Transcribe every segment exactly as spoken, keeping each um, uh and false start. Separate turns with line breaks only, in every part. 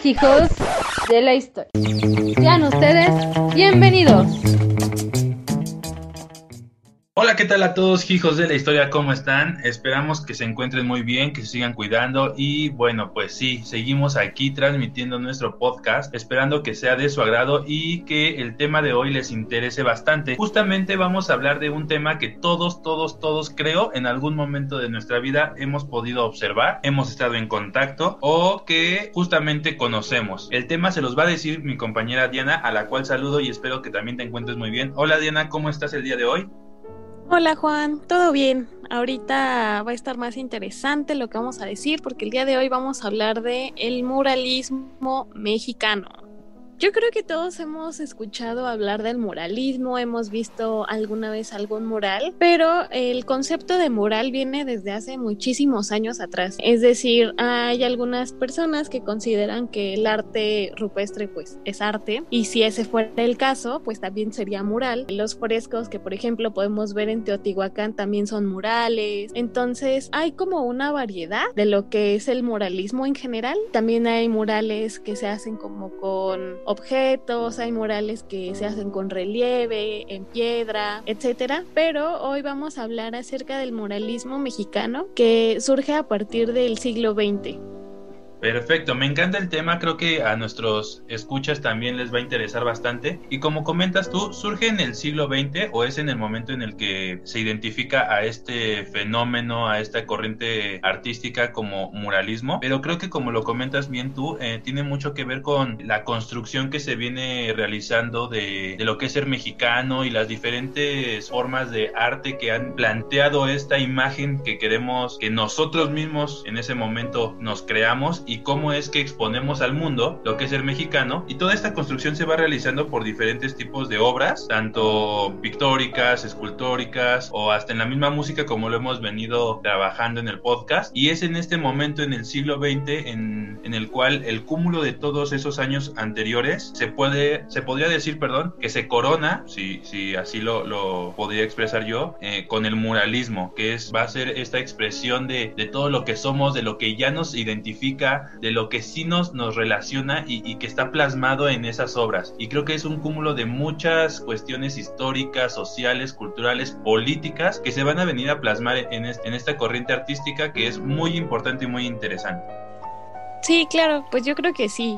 hijos de la historia. Sean ustedes bienvenidos.
Hola, ¿qué tal a todos, hijos de la historia? ¿Cómo están? Esperamos que se encuentren muy bien, que se sigan cuidando y bueno, pues sí, seguimos aquí transmitiendo nuestro podcast, esperando que sea de su agrado y que el tema de hoy les interese bastante. Justamente vamos a hablar de un tema que todos, todos, todos creo en algún momento de nuestra vida hemos podido observar, hemos estado en contacto o que justamente conocemos. El tema se los va a decir mi compañera Diana, a la cual saludo y espero que también te encuentres muy bien. Hola Diana, ¿cómo estás el día de hoy?
Hola Juan, ¿todo bien? Ahorita va a estar más interesante lo que vamos a decir porque el día de hoy vamos a hablar de el muralismo mexicano. Yo creo que todos hemos escuchado hablar del muralismo, hemos visto alguna vez algún mural, pero el concepto de mural viene desde hace muchísimos años atrás. Es decir, hay algunas personas que consideran que el arte rupestre pues es arte, y si ese fuera el caso, pues también sería mural. Los frescos que por ejemplo podemos ver en Teotihuacán también son murales. Entonces hay como una variedad de lo que es el muralismo en general. También hay murales que se hacen como con objetos, hay murales que se hacen con relieve, en piedra, etcétera, pero hoy vamos a hablar acerca del muralismo mexicano que surge a partir del siglo veinte.
Perfecto, me encanta el tema, creo que a nuestros escuchas también les va a interesar bastante y como comentas tú, ¿surge en el siglo veinte o es en el momento en el que se identifica a este fenómeno, a esta corriente artística como muralismo? Pero creo que como lo comentas bien tú, eh, tiene mucho que ver con la construcción que se viene realizando de, de lo que es ser mexicano y las diferentes formas de arte que han planteado esta imagen que queremos que nosotros mismos en ese momento nos creamos y cómo es que exponemos al mundo lo que es ser mexicano, y toda esta construcción se va realizando por diferentes tipos de obras, tanto pictóricas, escultóricas o hasta en la misma música como lo hemos venido trabajando en el podcast, y es en este momento en el siglo veinte en, en el cual el cúmulo de todos esos años anteriores se puede, se podría decir, perdón, que se corona, si, si así lo, lo podría expresar yo, eh, con el muralismo, que es, va a ser esta expresión de, de todo lo que somos, de lo que ya nos identifica, de lo que sí nos, nos relaciona y, y que está plasmado en esas obras. Y creo que es un cúmulo de muchas cuestiones históricas, sociales, culturales, políticas que se van a venir a plasmar en, este, en esta corriente artística que es muy importante y muy interesante.
Sí, claro, pues yo creo que sí.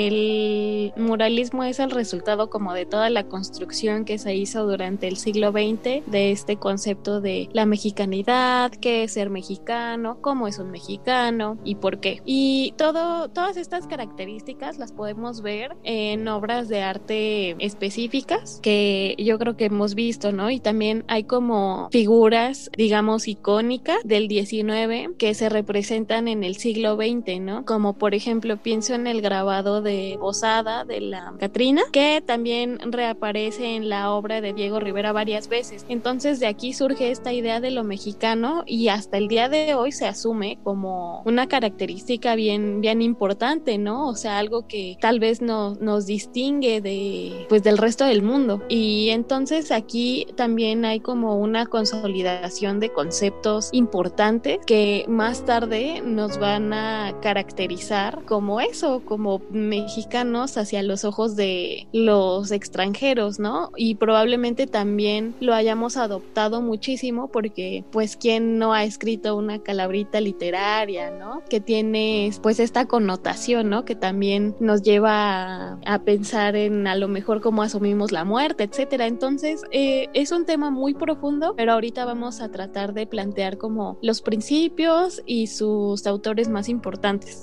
El muralismo es el resultado como de toda la construcción que se hizo durante el siglo veinte de este concepto de la mexicanidad, qué es ser mexicano, cómo es un mexicano y por qué. Y todo, todas estas características las podemos ver en obras de arte específicas que yo creo que hemos visto, ¿no? Y también hay como figuras, digamos, icónicas del diecinueve que se representan en el siglo veinte, ¿no? Como por ejemplo pienso en el grabado de Posada de la Catrina, que también reaparece en la obra de Diego Rivera varias veces. Entonces de aquí surge esta idea de lo mexicano y hasta el día de hoy se asume como una característica bien, bien importante, ¿no? O sea, algo que tal vez no, nos distingue de, pues, del resto del mundo. Y entonces aquí también hay como una consolidación de conceptos importantes que más tarde nos van a caracterizar como eso, como mexicanos hacia los ojos de los extranjeros, ¿no? Y probablemente también lo hayamos adoptado muchísimo porque, pues, ¿quién no ha escrito una calabrita literaria, ¿no? Que tiene, pues, esta connotación, ¿no? Que también nos lleva a, a pensar en a lo mejor cómo asumimos la muerte, etcétera. Entonces, eh, es un tema muy profundo, pero ahorita vamos a tratar de plantear como los principios y sus autores más importantes.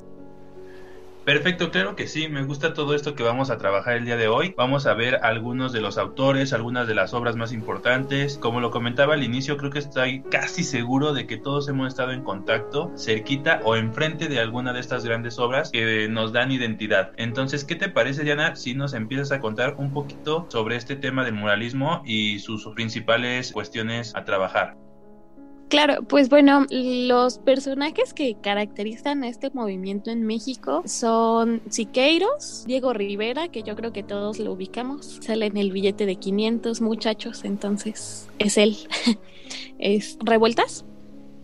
Perfecto, claro que sí, me gusta todo esto que vamos a trabajar el día de hoy. Vamos a ver algunos de los autores, algunas de las obras más importantes. Como lo comentaba al inicio, creo que estoy casi seguro de que todos hemos estado en contacto, cerquita o enfrente de alguna de estas grandes obras que nos dan identidad. Entonces, ¿qué te parece, Diana, si nos empiezas a contar un poquito sobre este tema del muralismo y sus principales cuestiones a trabajar?
Claro, pues bueno, los personajes que caracterizan a este movimiento en México son Siqueiros, Diego Rivera, que yo creo que todos lo ubicamos, sale en el billete de quinientos, muchachos, entonces es él. Es Revueltas,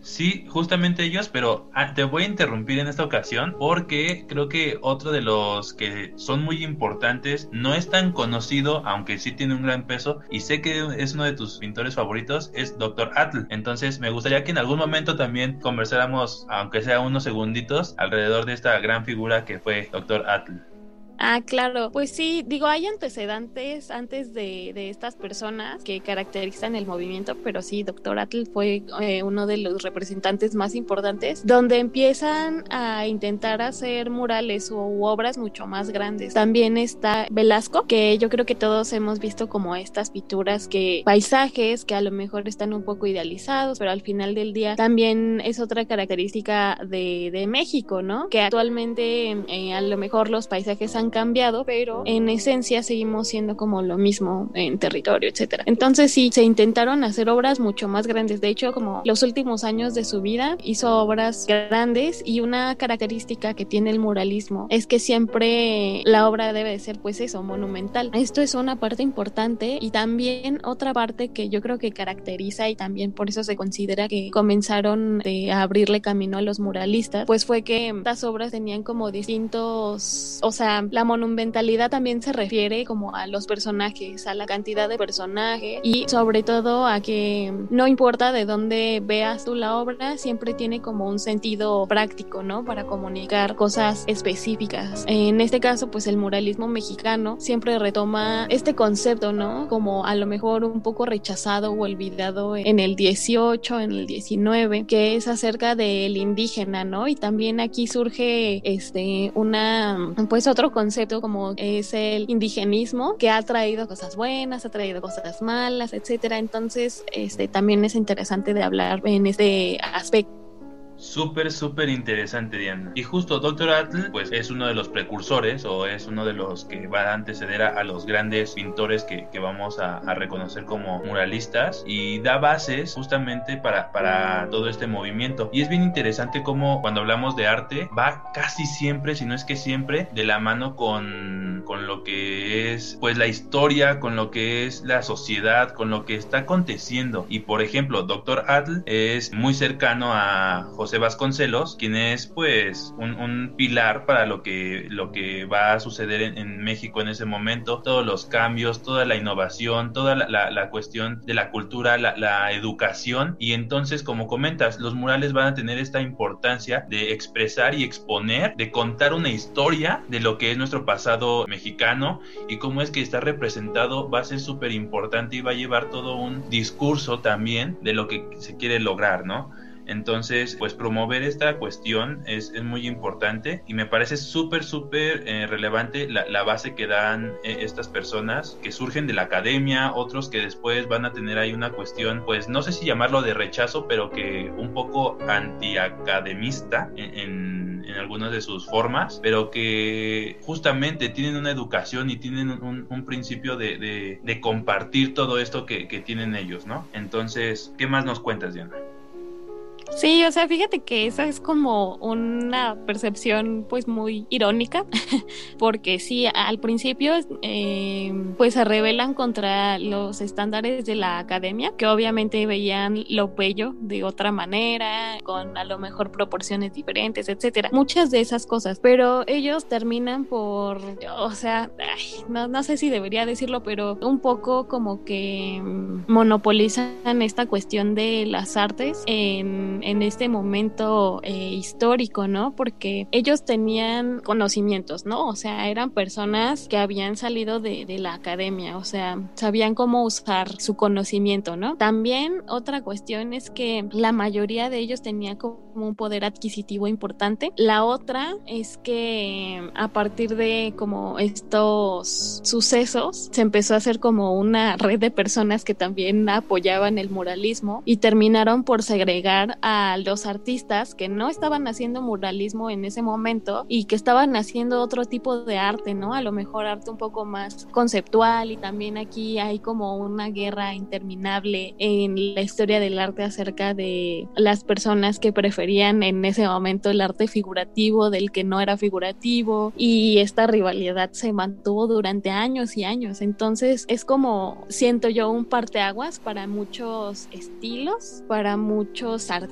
Sí, justamente ellos, pero ah, te voy a interrumpir en esta ocasión porque creo que otro de los que son muy importantes no es tan conocido, aunque sí tiene un gran peso, y sé que es uno de tus pintores favoritos, es doctor Atl. Entonces me gustaría que en algún momento también conversáramos, aunque sea unos segunditos, alrededor de esta gran figura que fue doctor Atl.
Ah, claro. Pues sí, digo, hay antecedentes antes de, de estas personas que caracterizan el movimiento, pero sí, doctor Atl fue eh, uno de los representantes más importantes, donde empiezan a intentar hacer murales u obras mucho más grandes. También está Velasco, que yo creo que todos hemos visto como estas pinturas, que paisajes que a lo mejor están un poco idealizados, pero al final del día también es otra característica de, de México, ¿no? Que actualmente eh, a lo mejor los paisajes han cambiado, pero en esencia seguimos siendo como lo mismo en territorio, etcétera. Entonces sí, se intentaron hacer obras mucho más grandes. De hecho, como los últimos años de su vida hizo obras grandes, y una característica que tiene el muralismo es que siempre la obra debe de ser, pues eso, monumental. Esto es una parte importante, y también otra parte que yo creo que caracteriza, y también por eso se considera que comenzaron de a abrirle camino a los muralistas, pues fue que estas obras tenían como distintos, o sea, la monumentalidad también se refiere como a los personajes, a la cantidad de personajes, y sobre todo a que no importa de dónde veas tú la obra, siempre tiene como un sentido práctico, ¿no? Para comunicar cosas específicas. En este caso, pues el muralismo mexicano siempre retoma este concepto, ¿no? Como a lo mejor un poco rechazado o olvidado en el dieciocho, en el diecinueve, que es acerca del indígena, ¿no? Y también aquí surge este una, pues otro concepto concepto como es el indigenismo, que ha traído cosas buenas, ha traído cosas malas, etcétera. Entonces, este también es interesante de hablar en este aspecto.
Súper, súper interesante, Diana. Y justo doctor Atl, pues es uno de los precursores, o es uno de los que va a anteceder a, a los grandes pintores que, que vamos a, a reconocer como muralistas, y da bases justamente para, para todo este movimiento. Y es bien interesante cómo cuando hablamos de arte va casi siempre, si no es que siempre, de la mano con, con lo que es pues la historia, con lo que es la sociedad, con lo que está aconteciendo. Y por ejemplo, doctor Atl es muy cercano a José Vasconcelos, quien es pues un, un pilar para lo que, lo que va a suceder en, en México en ese momento, todos los cambios, toda la innovación, toda la, la, la cuestión de la cultura, la, la educación. Y entonces, como comentas, los murales van a tener esta importancia de expresar y exponer, de contar una historia de lo que es nuestro pasado mexicano y cómo es que está representado. Va a ser súper importante y va a llevar todo un discurso también de lo que se quiere lograr, ¿no? Entonces, pues promover esta cuestión es, es muy importante, y me parece súper, súper eh, relevante la, la base que dan eh, estas personas que surgen de la academia, otros que después van a tener ahí una cuestión, pues no sé si llamarlo de rechazo, pero que un poco antiacademista en, en, en algunas de sus formas, pero que justamente tienen una educación y tienen un, un principio de, de, de compartir todo esto que, que tienen ellos, ¿no? Entonces, ¿qué más nos cuentas, Diana?
Sí, o sea, fíjate que esa es como una percepción pues muy irónica, porque sí, al principio eh, pues se rebelan contra los estándares de la academia, que obviamente veían lo bello de otra manera, con a lo mejor proporciones diferentes, etcétera, muchas de esas cosas, pero ellos terminan por, o sea, ay, no, no sé si debería decirlo, pero un poco como que monopolizan esta cuestión de las artes en en este momento eh, histórico, ¿no? Porque ellos tenían conocimientos, ¿no? O sea, eran personas que habían salido de, de la academia, o sea, sabían cómo usar su conocimiento, ¿no? También otra cuestión es que la mayoría de ellos tenía como un poder adquisitivo importante. La otra es que a partir de como estos sucesos se empezó a hacer como una red de personas que también apoyaban el muralismo, y terminaron por segregar a los artistas que no estaban haciendo muralismo en ese momento y que estaban haciendo otro tipo de arte, ¿no? A lo mejor arte un poco más conceptual. Y también aquí hay como una guerra interminable en la historia del arte acerca de las personas que preferían en ese momento el arte figurativo del que no era figurativo, y esta rivalidad se mantuvo durante años y años. Entonces es como, siento yo, un parteaguas para muchos estilos, para muchos artistas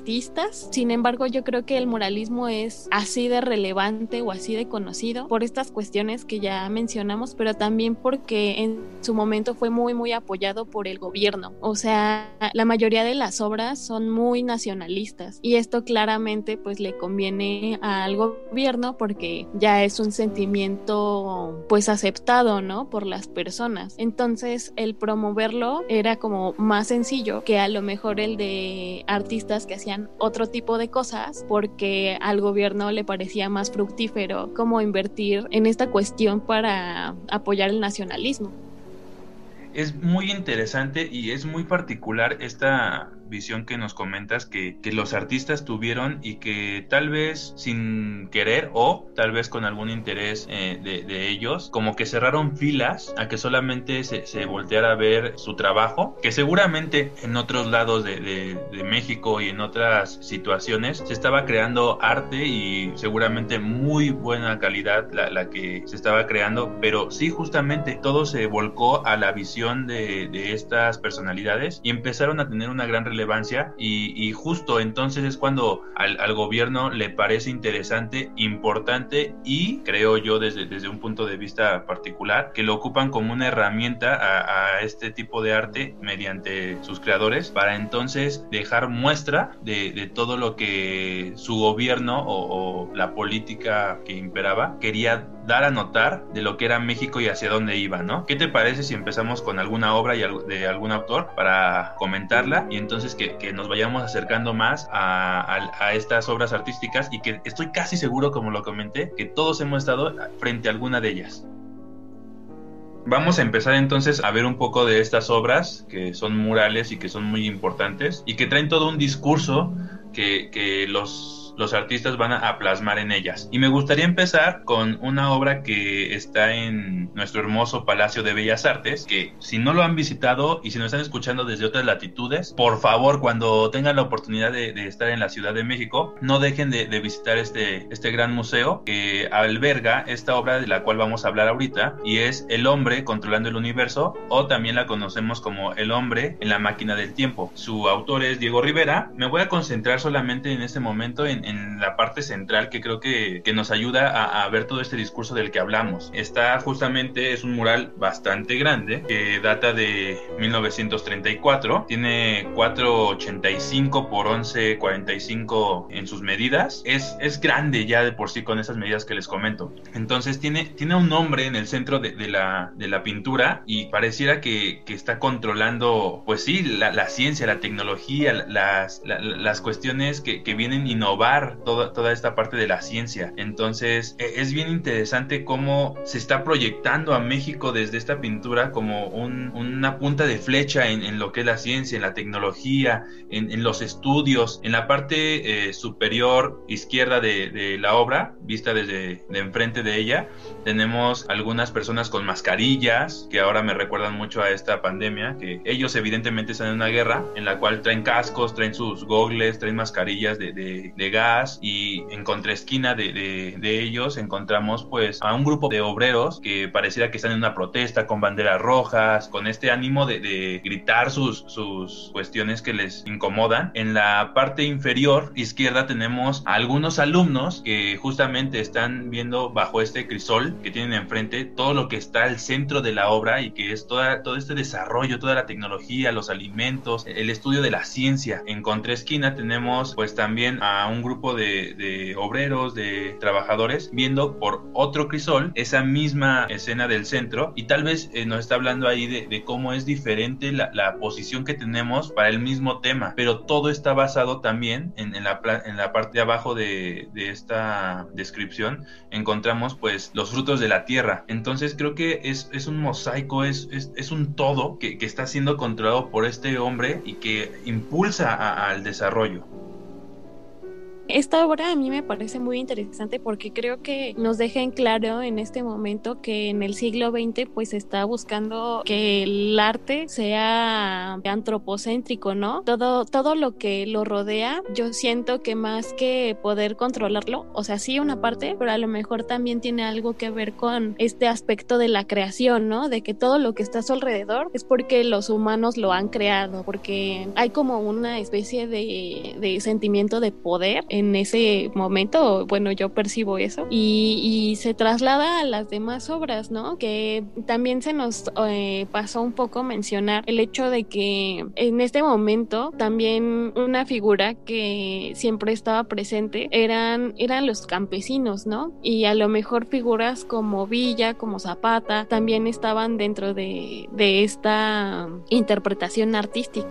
artistas. Sin embargo, yo creo que el muralismo es así de relevante o así de conocido por estas cuestiones que ya mencionamos, pero también porque en su momento fue muy muy apoyado por el gobierno. O sea, la mayoría de las obras son muy nacionalistas y esto claramente pues le conviene al gobierno porque ya es un sentimiento pues aceptado, ¿no? Por las personas. Entonces el promoverlo era como más sencillo que a lo mejor el de artistas que hacían otro tipo de cosas porque al gobierno le parecía más fructífero como invertir en esta cuestión para apoyar el nacionalismo.
Es muy interesante y es muy particular esta visión que nos comentas que, que los artistas tuvieron y que tal vez sin querer o tal vez con algún interés eh, de, de ellos, como que cerraron filas a que solamente se, se volteara a ver su trabajo, que seguramente en otros lados de, de, de México y en otras situaciones se estaba creando arte y seguramente muy buena calidad la, la que se estaba creando, pero sí, justamente todo se volcó a la visión de, de estas personalidades y empezaron a tener una gran relevancia y, y justo entonces es cuando al, al gobierno le parece interesante, importante y creo yo desde, desde un punto de vista particular que lo ocupan como una herramienta a, a este tipo de arte mediante sus creadores para entonces dejar muestra de, de todo lo que su gobierno o, o la política que imperaba quería dar a notar de lo que era México y hacia dónde iba, ¿no? ¿Qué te parece si empezamos con alguna obra y de algún autor para comentarla y entonces que, que nos vayamos acercando más a, a, a estas obras artísticas y que estoy casi seguro, como lo comenté, que todos hemos estado frente a alguna de ellas? Vamos a empezar entonces a ver un poco de estas obras que son murales y que son muy importantes y que traen todo un discurso que, que los... los artistas van a plasmar en ellas. Y me gustaría empezar con una obra que está en nuestro hermoso Palacio de Bellas Artes, que si no lo han visitado y si nos están escuchando desde otras latitudes, por favor, cuando tengan la oportunidad de, de estar en la Ciudad de México, no dejen de, de visitar este, este gran museo que alberga esta obra de la cual vamos a hablar ahorita, y es El hombre controlando el universo, o también la conocemos como El hombre en la máquina del tiempo. Su autor es Diego Rivera. Me voy a concentrar solamente en este momento en en la parte central que creo que, que nos ayuda a, a ver todo este discurso del que hablamos. Está justamente, es un mural bastante grande que data de mil novecientos treinta y cuatro, tiene cuatro ochenta y cinco por once cuarenta y cinco en sus medidas, es, es grande ya de por sí con esas medidas que les comento. Entonces tiene, tiene un hombre en el centro de, de, la, de la pintura y pareciera que, que está controlando, pues sí, la, la ciencia, la tecnología, las, la, las cuestiones que, que vienen a innovar Toda, toda esta parte de la ciencia. Entonces es bien interesante cómo se está proyectando a México desde esta pintura como un, una punta de flecha en, en lo que es la ciencia, en la tecnología, en, en los estudios. En la parte eh, superior izquierda de, de la obra, vista desde de enfrente de ella, tenemos algunas personas con mascarillas que ahora me recuerdan mucho a esta pandemia, que ellos evidentemente están en una guerra en la cual traen cascos, traen sus gogles, traen mascarillas de, de, de gas, y en contraesquina de, de, de ellos encontramos pues a un grupo de obreros que pareciera que están en una protesta con banderas rojas, con este ánimo de, de gritar sus, sus cuestiones que les incomodan. En la parte inferior izquierda tenemos a algunos alumnos que justamente están viendo bajo este crisol que tienen enfrente todo lo que está al centro de la obra y que es toda, todo este desarrollo, toda la tecnología, los alimentos, el estudio de la ciencia. En contraesquina tenemos pues también a un grupo De, de obreros, de trabajadores, viendo por otro crisol esa misma escena del centro y tal vez eh, nos está hablando ahí de, de cómo es diferente la, la posición que tenemos para el mismo tema, pero todo está basado también en, en, la, en la parte de abajo de, de esta descripción encontramos pues los frutos de la tierra. Entonces creo que es, es un mosaico, es, es, es un todo que, que está siendo controlado por este hombre y que impulsa a, al desarrollo.
esta obra a mí me parece muy interesante porque creo que nos deja en claro en este momento que en el siglo veinte pues se está buscando que el arte sea antropocéntrico, ¿no? Todo, todo lo que lo rodea, yo siento que más que poder controlarlo, o sea, sí una parte, pero a lo mejor también tiene algo que ver con este aspecto de la creación, ¿no? De que todo lo que está a su alrededor es porque los humanos lo han creado, porque hay como una especie de, de sentimiento de poder en ese momento, bueno, yo percibo eso, y, y se traslada a las demás obras, ¿no? Que también se nos eh, pasó un poco mencionar el hecho de que en este momento también una figura que siempre estaba presente eran, eran los campesinos, ¿no? Y a lo mejor figuras como Villa, como Zapata, también estaban dentro de, de esta interpretación artística.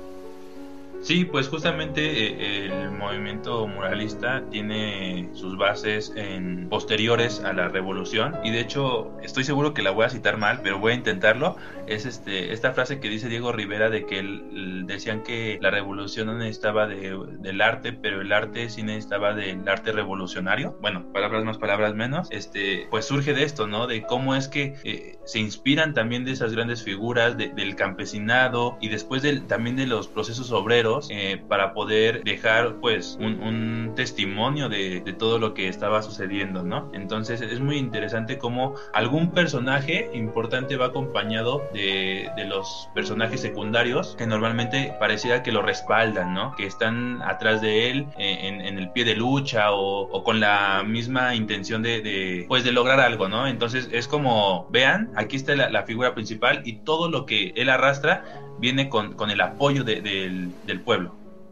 Sí, pues justamente eh, el movimiento muralista tiene sus bases en posteriores a la revolución, y de hecho estoy seguro que la voy a citar mal, pero voy a intentarlo. Es este esta frase que dice Diego Rivera de que el, el, decían que la revolución no necesitaba de, del arte, pero el arte sí necesitaba del arte revolucionario. Bueno, palabras más, palabras menos. Este, pues surge de esto, ¿no? De cómo es que eh, se inspiran también de esas grandes figuras de, del campesinado y después del, también de los procesos obreros. Eh, para poder dejar pues un, un testimonio de, de todo lo que estaba sucediendo, ¿no? Entonces es muy interesante cómo algún personaje importante va acompañado de, de los personajes secundarios que normalmente pareciera que lo respaldan, ¿no? Que están atrás de él eh, en, en el pie de lucha o, o con la misma intención de, de pues de lograr algo, ¿no? Entonces es como, vean, aquí está la, la figura principal y todo lo que él arrastra viene con, con el apoyo de, de, del, del pueblo.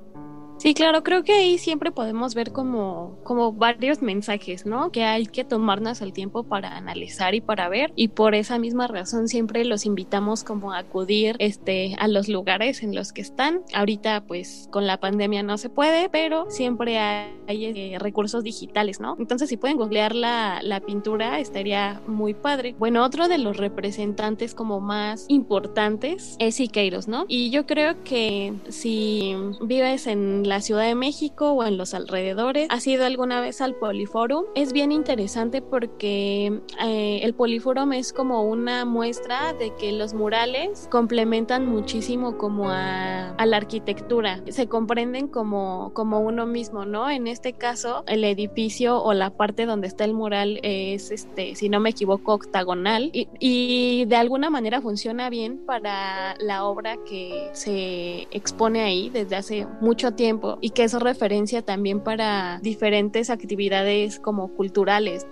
Sí, claro, creo que ahí siempre podemos ver como, como varios mensajes, ¿no? Que hay que tomarnos el tiempo para analizar y para ver, y por esa misma razón siempre los invitamos como a acudir este, a los lugares en los que están. Ahorita pues con la pandemia no se puede, pero siempre hay, hay eh, recursos digitales, ¿no? Entonces si pueden googlear la, la pintura estaría muy padre. Bueno, otro de los representantes como más importantes es Siqueiros, ¿no? Y yo creo que si vives en la Ciudad de México o en los alrededores, has ido alguna vez al Poliforum, es bien interesante porque eh, el Poliforum es como una muestra de que los murales complementan muchísimo como a, a la arquitectura, se comprenden como, como uno mismo, ¿no? En este caso, el edificio o la parte donde está el mural es, este, si no me equivoco, octagonal y, y de alguna manera funciona bien para la obra que se expone ahí desde hace mucho tiempo, y que es referencia también para diferentes actividades como culturales.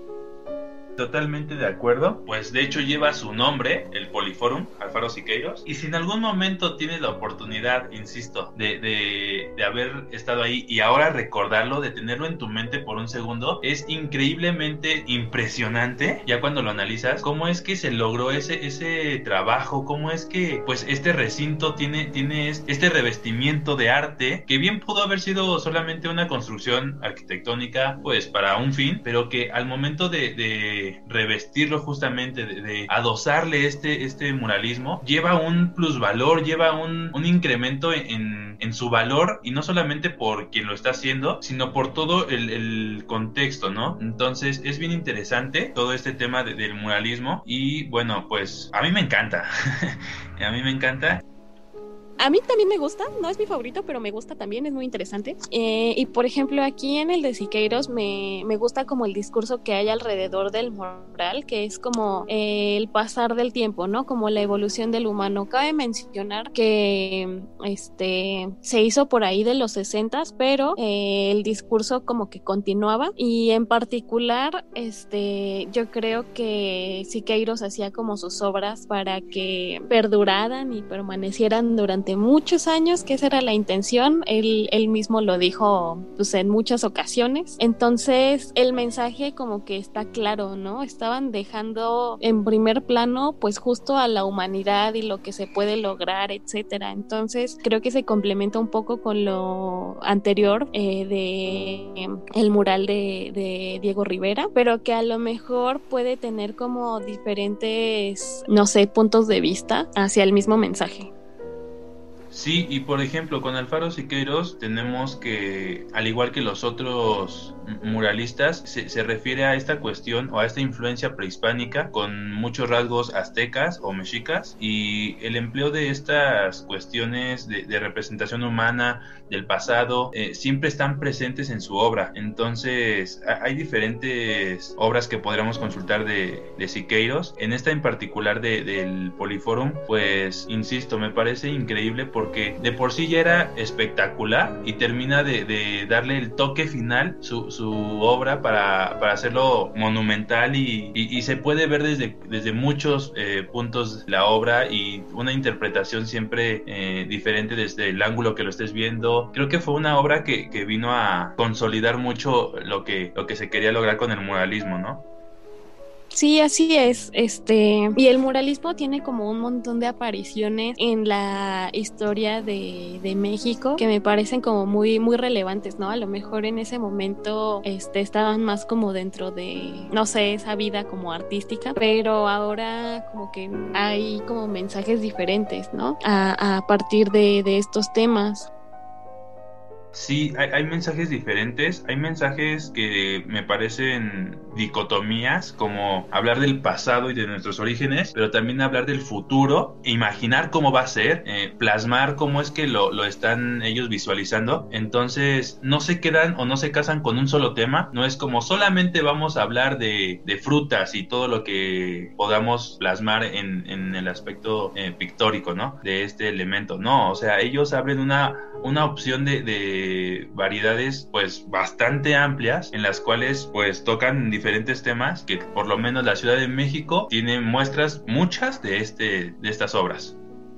Totalmente de acuerdo, pues de hecho lleva su nombre, el Poliforum, Alfaro Siqueiros, y si en algún momento tienes la oportunidad, insisto, de, de, de haber estado ahí y ahora recordarlo, de tenerlo en tu mente por un segundo, es increíblemente impresionante, ya cuando lo analizas, cómo es que se logró ese, ese trabajo, cómo es que pues este recinto tiene, tiene este revestimiento de arte, que bien pudo haber sido solamente una construcción arquitectónica, pues para un fin, pero que al momento de, de revestirlo justamente, de, de adosarle este, este muralismo, lleva un plusvalor, lleva un, un incremento en, en su valor, y no solamente por quien lo está haciendo, sino por todo el, el contexto, ¿no? Entonces es bien interesante todo este tema de, del muralismo, y bueno, pues a mí me encanta, a mí me encanta.
A mí también me gusta, no es mi favorito, pero me gusta también, es muy interesante. Eh, y por ejemplo, aquí en el de Siqueiros me, me gusta como el discurso que hay alrededor del mural, que es como eh, el pasar del tiempo, ¿no? Como la evolución del humano. Cabe mencionar que este se hizo por ahí de los sesentas, pero eh, el discurso como que continuaba, y en particular este yo creo que Siqueiros hacía como sus obras para que perduraran y permanecieran durante muchos años, que esa era la intención. Él, él mismo lo dijo pues en muchas ocasiones. Entonces el mensaje como que está claro, ¿no? Estaban dejando en primer plano pues justo a la humanidad y lo que se puede lograr, etcétera. Entonces creo que se complementa un poco con lo anterior eh, de eh, el mural de, de Diego Rivera, pero que a lo mejor puede tener como diferentes, no sé, puntos de vista hacia el mismo mensaje.
Sí, y por ejemplo, con Alfaro Siqueiros tenemos que, al igual que los otros muralistas, se, se refiere a esta cuestión o a esta influencia prehispánica con muchos rasgos aztecas o mexicas, y el empleo de estas cuestiones de, de representación humana del pasado eh, siempre están presentes en su obra. Entonces, a, hay diferentes obras que podríamos consultar de, de Siqueiros. En esta en particular de, del Poliforum, pues, insisto, me parece increíble por porque de por sí ya era espectacular y termina de, de darle el toque final su, su obra para, para hacerlo monumental y, y, y se puede ver desde, desde muchos eh, puntos la obra y una interpretación siempre eh, diferente desde el ángulo que lo estés viendo. Creo que fue una obra que, que vino a consolidar mucho lo que, lo que se quería lograr con el muralismo, ¿no?
Sí, así es, este, y el muralismo tiene como un montón de apariciones en la historia de, de México que me parecen como muy, muy relevantes, ¿no? A lo mejor en ese momento, este, estaban más como dentro de, no sé, esa vida como artística, pero ahora como que hay como mensajes diferentes, ¿no? A, a partir de, de estos temas.
Sí, hay, hay mensajes diferentes, hay mensajes que me parecen dicotomías, como hablar del pasado y de nuestros orígenes, pero también hablar del futuro, imaginar cómo va a ser, eh, plasmar cómo es que lo, lo están ellos visualizando. Entonces, no se quedan o no se casan con un solo tema, no es como solamente vamos a hablar de, de frutas y todo lo que podamos plasmar en, en el aspecto eh, pictórico, ¿no? De este elemento, no, o sea, ellos abren una, una opción de, de variedades pues bastante amplias en las cuales pues tocan diferentes temas que por lo menos la Ciudad de México tiene muestras muchas de este de estas obras.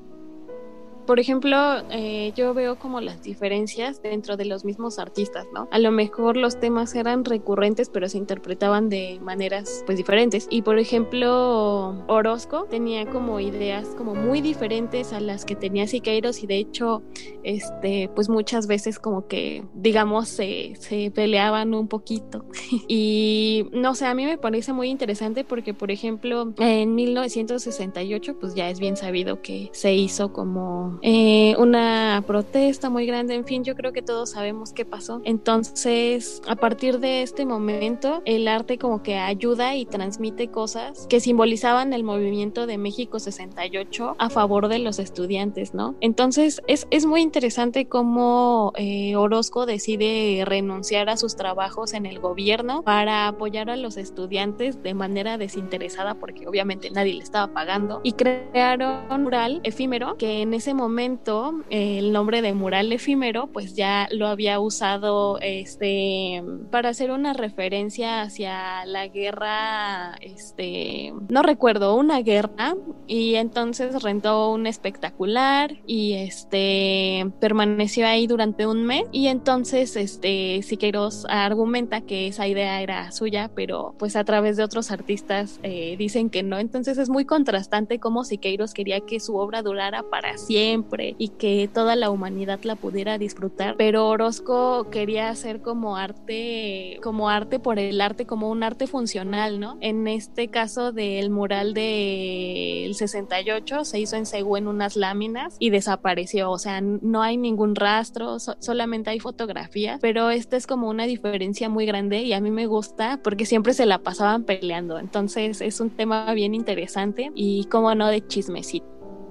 Por ejemplo, eh, yo veo como las diferencias dentro de los mismos artistas, ¿no? A lo mejor los temas eran recurrentes, pero se interpretaban de maneras, pues, diferentes. Y, por ejemplo, Orozco tenía como ideas como muy diferentes a las que tenía Siqueiros y, de hecho, este, pues, muchas veces como que, digamos, se, se peleaban un poquito. Y, no sé, a mí me parece muy interesante porque, por ejemplo, en mil novecientos sesenta y ocho, pues, ya es bien sabido que se hizo como Eh, una protesta muy grande, en fin, yo creo que todos sabemos qué pasó. Entonces, a partir de este momento, el arte como que ayuda y transmite cosas que simbolizaban el movimiento de México sesenta y ocho a favor de los estudiantes, ¿no? Entonces, es, es muy interesante cómo eh, Orozco decide renunciar a sus trabajos en el gobierno para apoyar a los estudiantes de manera desinteresada, porque obviamente nadie le estaba pagando, y crearon un mural efímero que en ese momento momento eh, el nombre de mural efímero pues ya lo había usado este para hacer una referencia hacia la guerra, este no recuerdo, una guerra, y entonces rentó un espectacular y este permaneció ahí durante un mes, y entonces este Siqueiros argumenta que esa idea era suya, pero pues a través de otros artistas eh, dicen que no. Entonces es muy contrastante cómo Siqueiros quería que su obra durara para siempre y que toda la humanidad la pudiera disfrutar, pero Orozco quería hacer como arte, como arte por el arte, como un arte funcional, ¿no? En este caso del mural del sesenta y ocho se hizo en Cegú en unas láminas y desapareció, o sea, no hay ningún rastro, so- solamente hay fotografías, pero esta es como una diferencia muy grande y a mí me gusta porque siempre se la pasaban peleando, entonces es un tema bien interesante y como no de chismecito.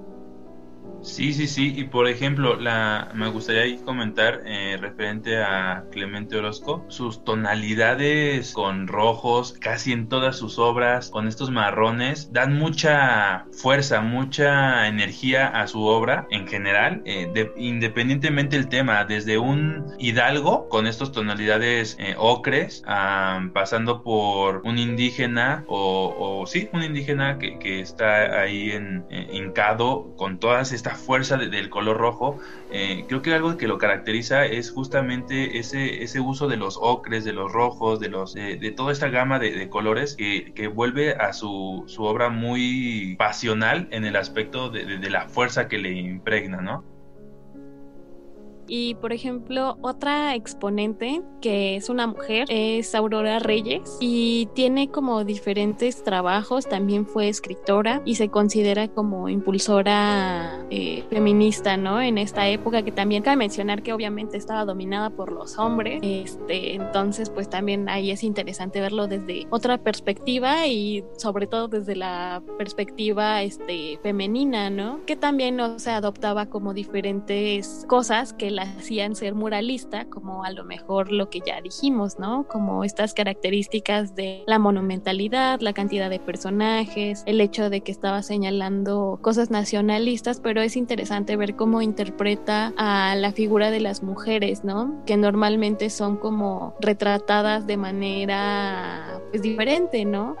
Sí, sí, sí, y por ejemplo, la, me gustaría ahí comentar eh, referente a Clemente Orozco, sus tonalidades con rojos, casi en todas sus obras, con estos marrones, dan mucha fuerza, mucha energía a su obra en general, eh, de, independientemente del tema, desde un hidalgo con estas tonalidades eh, ocres, ah, pasando por un indígena, o, o sí, un indígena que, que está ahí en, en hincado con todas estas fuerza de, del color rojo. Eh, creo que algo que lo caracteriza es justamente ese, ese uso de los ocres, de los rojos, de, los, de, de toda esta gama de, de colores que, que vuelve a su, su obra muy pasional en el aspecto de, de, de la fuerza que le impregna, ¿no?
Y por ejemplo, otra exponente que es una mujer es Aurora Reyes y tiene como diferentes trabajos, también fue escritora y se considera como impulsora eh, feminista, ¿no? En esta época, que también cabe mencionar que obviamente estaba dominada por los hombres, este, entonces pues también ahí es interesante verlo desde otra perspectiva y sobre todo desde la perspectiva este, femenina, ¿no? Que también, o sea, adoptaba como diferentes cosas que la hacían ser muralista, como a lo mejor lo que ya dijimos, ¿no? Como estas características de la monumentalidad, la cantidad de personajes, el hecho de que estaba señalando cosas nacionalistas, pero es interesante ver cómo interpreta a la figura de las mujeres, ¿no? Que normalmente son como retratadas de manera pues diferente, ¿no?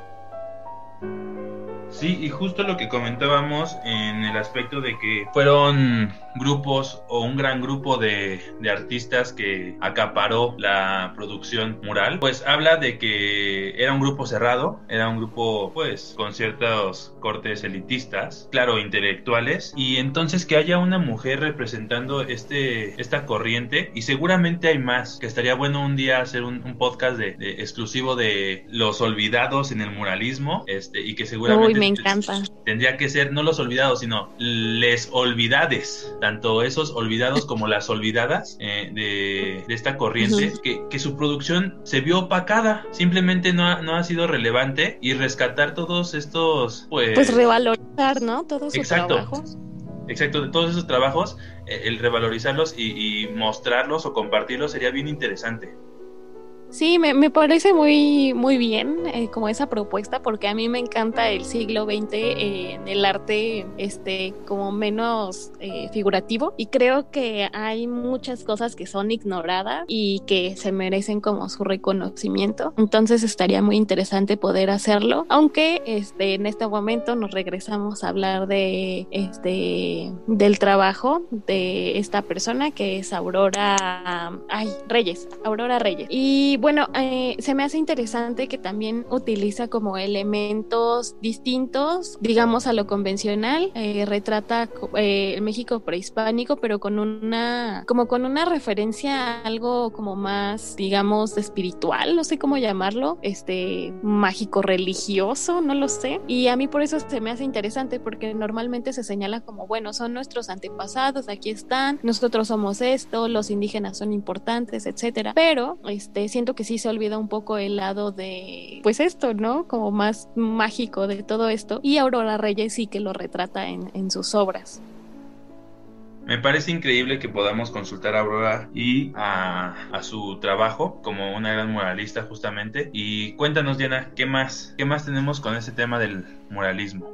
Sí, y justo lo que comentábamos en el aspecto de que fueron grupos o un gran grupo de, de artistas que acaparó la producción mural, pues habla de que era un grupo cerrado, era un grupo pues con ciertos cortes elitistas, claro, intelectuales, y entonces que haya una mujer representando este esta corriente, y seguramente hay más, que estaría bueno un día hacer un, un podcast de, de exclusivo de los olvidados en el muralismo, este y que seguramente
Uy, me encanta.
Tendría que ser no los olvidados, sino les olvidades, tanto esos olvidados como las olvidadas eh, de, de esta corriente, uh-huh. que, que su producción se vio opacada, simplemente no ha, no ha sido relevante, y rescatar todos estos, pues...
Pues revalorizar, ¿no? Todo su
exacto,
trabajo.
Exacto, de todos esos trabajos, eh, el revalorizarlos y, y mostrarlos o compartirlos sería bien interesante.
Sí, me, me parece muy, muy bien eh, como esa propuesta, porque a mí me encanta el siglo veinte eh, en el arte este como menos eh, figurativo, y creo que hay muchas cosas que son ignoradas y que se merecen como su reconocimiento, entonces estaría muy interesante poder hacerlo, aunque este en este momento nos regresamos a hablar de este del trabajo de esta persona que es Aurora ay, Reyes, Aurora Reyes. Y bueno, eh, se me hace interesante que también utiliza como elementos distintos, digamos, a lo convencional, eh, retrata eh, el México prehispánico, pero con una, como con una referencia a algo como más, digamos, espiritual, no sé cómo llamarlo, este, mágico religioso, no lo sé, y a mí por eso se me hace interesante, porque normalmente se señala como, bueno, son nuestros antepasados, aquí están, nosotros somos esto, los indígenas son importantes, etcétera, pero, este, siento que sí se olvida un poco el lado de, pues esto, ¿no? Como más mágico de todo esto, y Aurora Reyes sí que lo retrata en, en sus obras.
Me parece increíble que podamos consultar a Aurora y a, a su trabajo como una gran muralista justamente. Y cuéntanos, Diana, ¿qué más? ¿Qué más tenemos con ese tema del muralismo?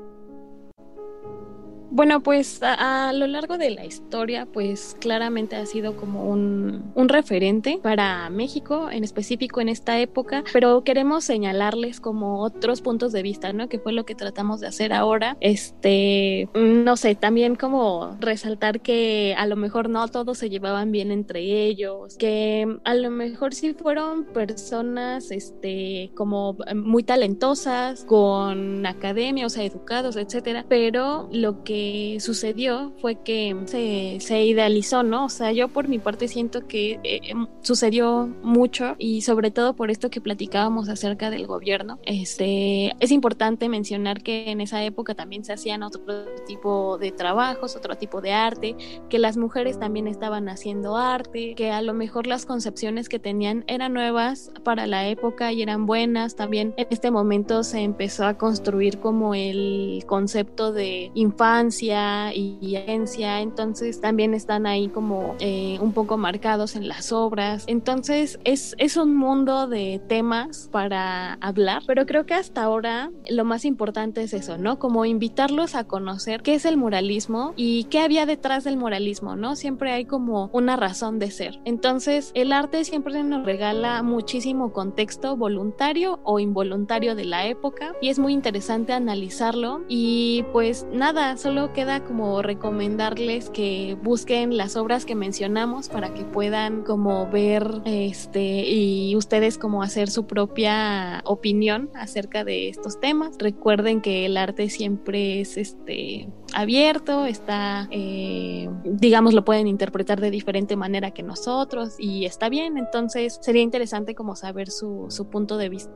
Bueno, pues a, a lo largo de la historia, pues claramente ha sido como un, un referente para México, en específico en esta época, pero queremos señalarles como otros puntos de vista, ¿no? Que fue lo que tratamos de hacer ahora. Este, no sé, también como resaltar que a lo mejor no todos se llevaban bien entre ellos, que a lo mejor sí fueron personas, este, como muy talentosas, con academia, o sea, educados, etcétera, pero lo que sucedió fue que se, se idealizó, ¿no? O sea, yo por mi parte siento que eh, sucedió mucho, y sobre todo por esto que platicábamos acerca del gobierno. Este, es importante mencionar que en esa época también se hacían otro tipo de trabajos, otro tipo de arte, que las mujeres también estaban haciendo arte, que a lo mejor las concepciones que tenían eran nuevas para la época y eran buenas. También en este momento se empezó a construir como el concepto de infancia y agencia, entonces también están ahí como eh, un poco marcados en las obras. Entonces es, es un mundo de temas para hablar, pero creo que hasta ahora lo más importante es eso, ¿no? Como invitarlos a conocer qué es el muralismo y qué había detrás del muralismo, ¿no? Siempre hay como una razón de ser. Entonces el arte siempre nos regala muchísimo contexto voluntario o involuntario de la época, y es muy interesante analizarlo. Y pues nada, solo solo queda como recomendarles que busquen las obras que mencionamos para que puedan como ver este y ustedes como hacer su propia opinión acerca de estos temas. Recuerden que el arte siempre es este abierto, está eh, digamos lo pueden interpretar de diferente manera que nosotros y está bien, entonces sería interesante como saber su, su punto de vista.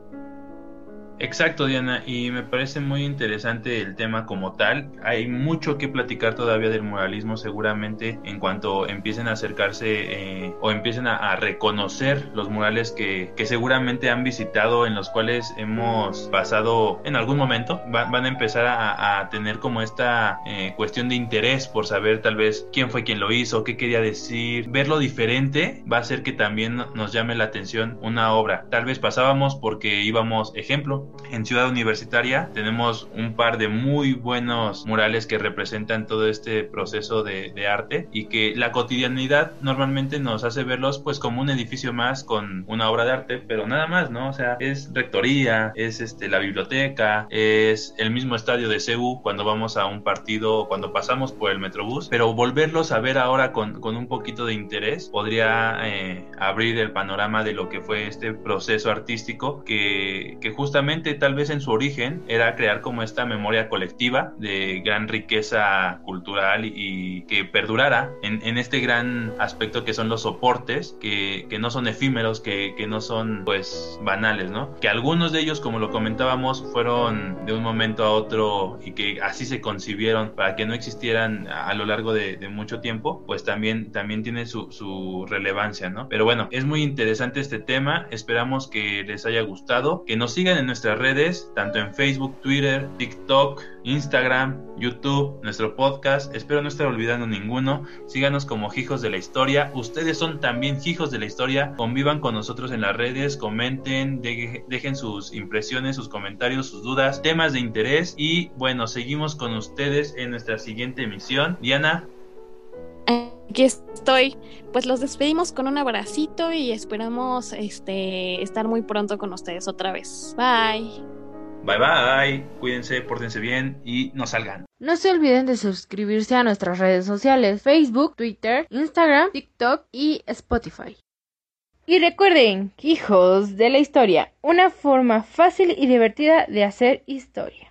Exacto, Diana, y me parece muy interesante el tema como tal. Hay mucho que platicar todavía del muralismo, seguramente en cuanto empiecen a acercarse eh, o empiecen a, a reconocer los murales que, que seguramente han visitado, en los cuales hemos pasado en algún momento. Va, van a empezar a, a tener como esta eh, cuestión de interés por saber tal vez quién fue quien lo hizo, qué quería decir. Verlo diferente va a hacer que también nos llame la atención una obra. Tal vez pasábamos porque íbamos, ejemplo, en Ciudad Universitaria tenemos un par de muy buenos murales que representan todo este proceso de, de arte, y que la cotidianidad normalmente nos hace verlos pues como un edificio más con una obra de arte, pero nada más, ¿no? O sea, es rectoría, es este la biblioteca, es el mismo estadio de C U cuando vamos a un partido o cuando pasamos por el Metrobús, pero volverlos a ver ahora con, con un poquito de interés podría eh, abrir el panorama de lo que fue este proceso artístico que, que justamente tal vez en su origen era crear como esta memoria colectiva de gran riqueza cultural y, y que perdurara en, en este gran aspecto que son los soportes, que, que no son efímeros, que, que no son pues banales, ¿no? Que algunos de ellos, como lo comentábamos, fueron de un momento a otro y que así se concibieron para que no existieran a, a lo largo de, de mucho tiempo, pues también, también tiene su, su relevancia, ¿no? Pero bueno, es muy interesante este tema, esperamos que les haya gustado, que nos sigan en nuestras redes, tanto en Facebook, Twitter, TikTok, Instagram, YouTube, nuestro podcast. Espero no estar olvidando ninguno. Síganos como Hijos de la Historia. Ustedes son también hijos de la historia. Convivan con nosotros en las redes, comenten, de- dejen sus impresiones, sus comentarios, sus dudas, temas de interés. Y bueno, seguimos con ustedes en nuestra siguiente emisión. Diana.
Aquí estoy. Pues los despedimos con un abracito y esperamos este estar muy pronto con ustedes otra vez. Bye.
Bye bye. Cuídense, pórtense bien y no salgan.
No se olviden de suscribirse a nuestras redes sociales: Facebook, Twitter, Instagram, TikTok y Spotify. Y recuerden, Hijos de la Historia, una forma fácil y divertida de hacer historia.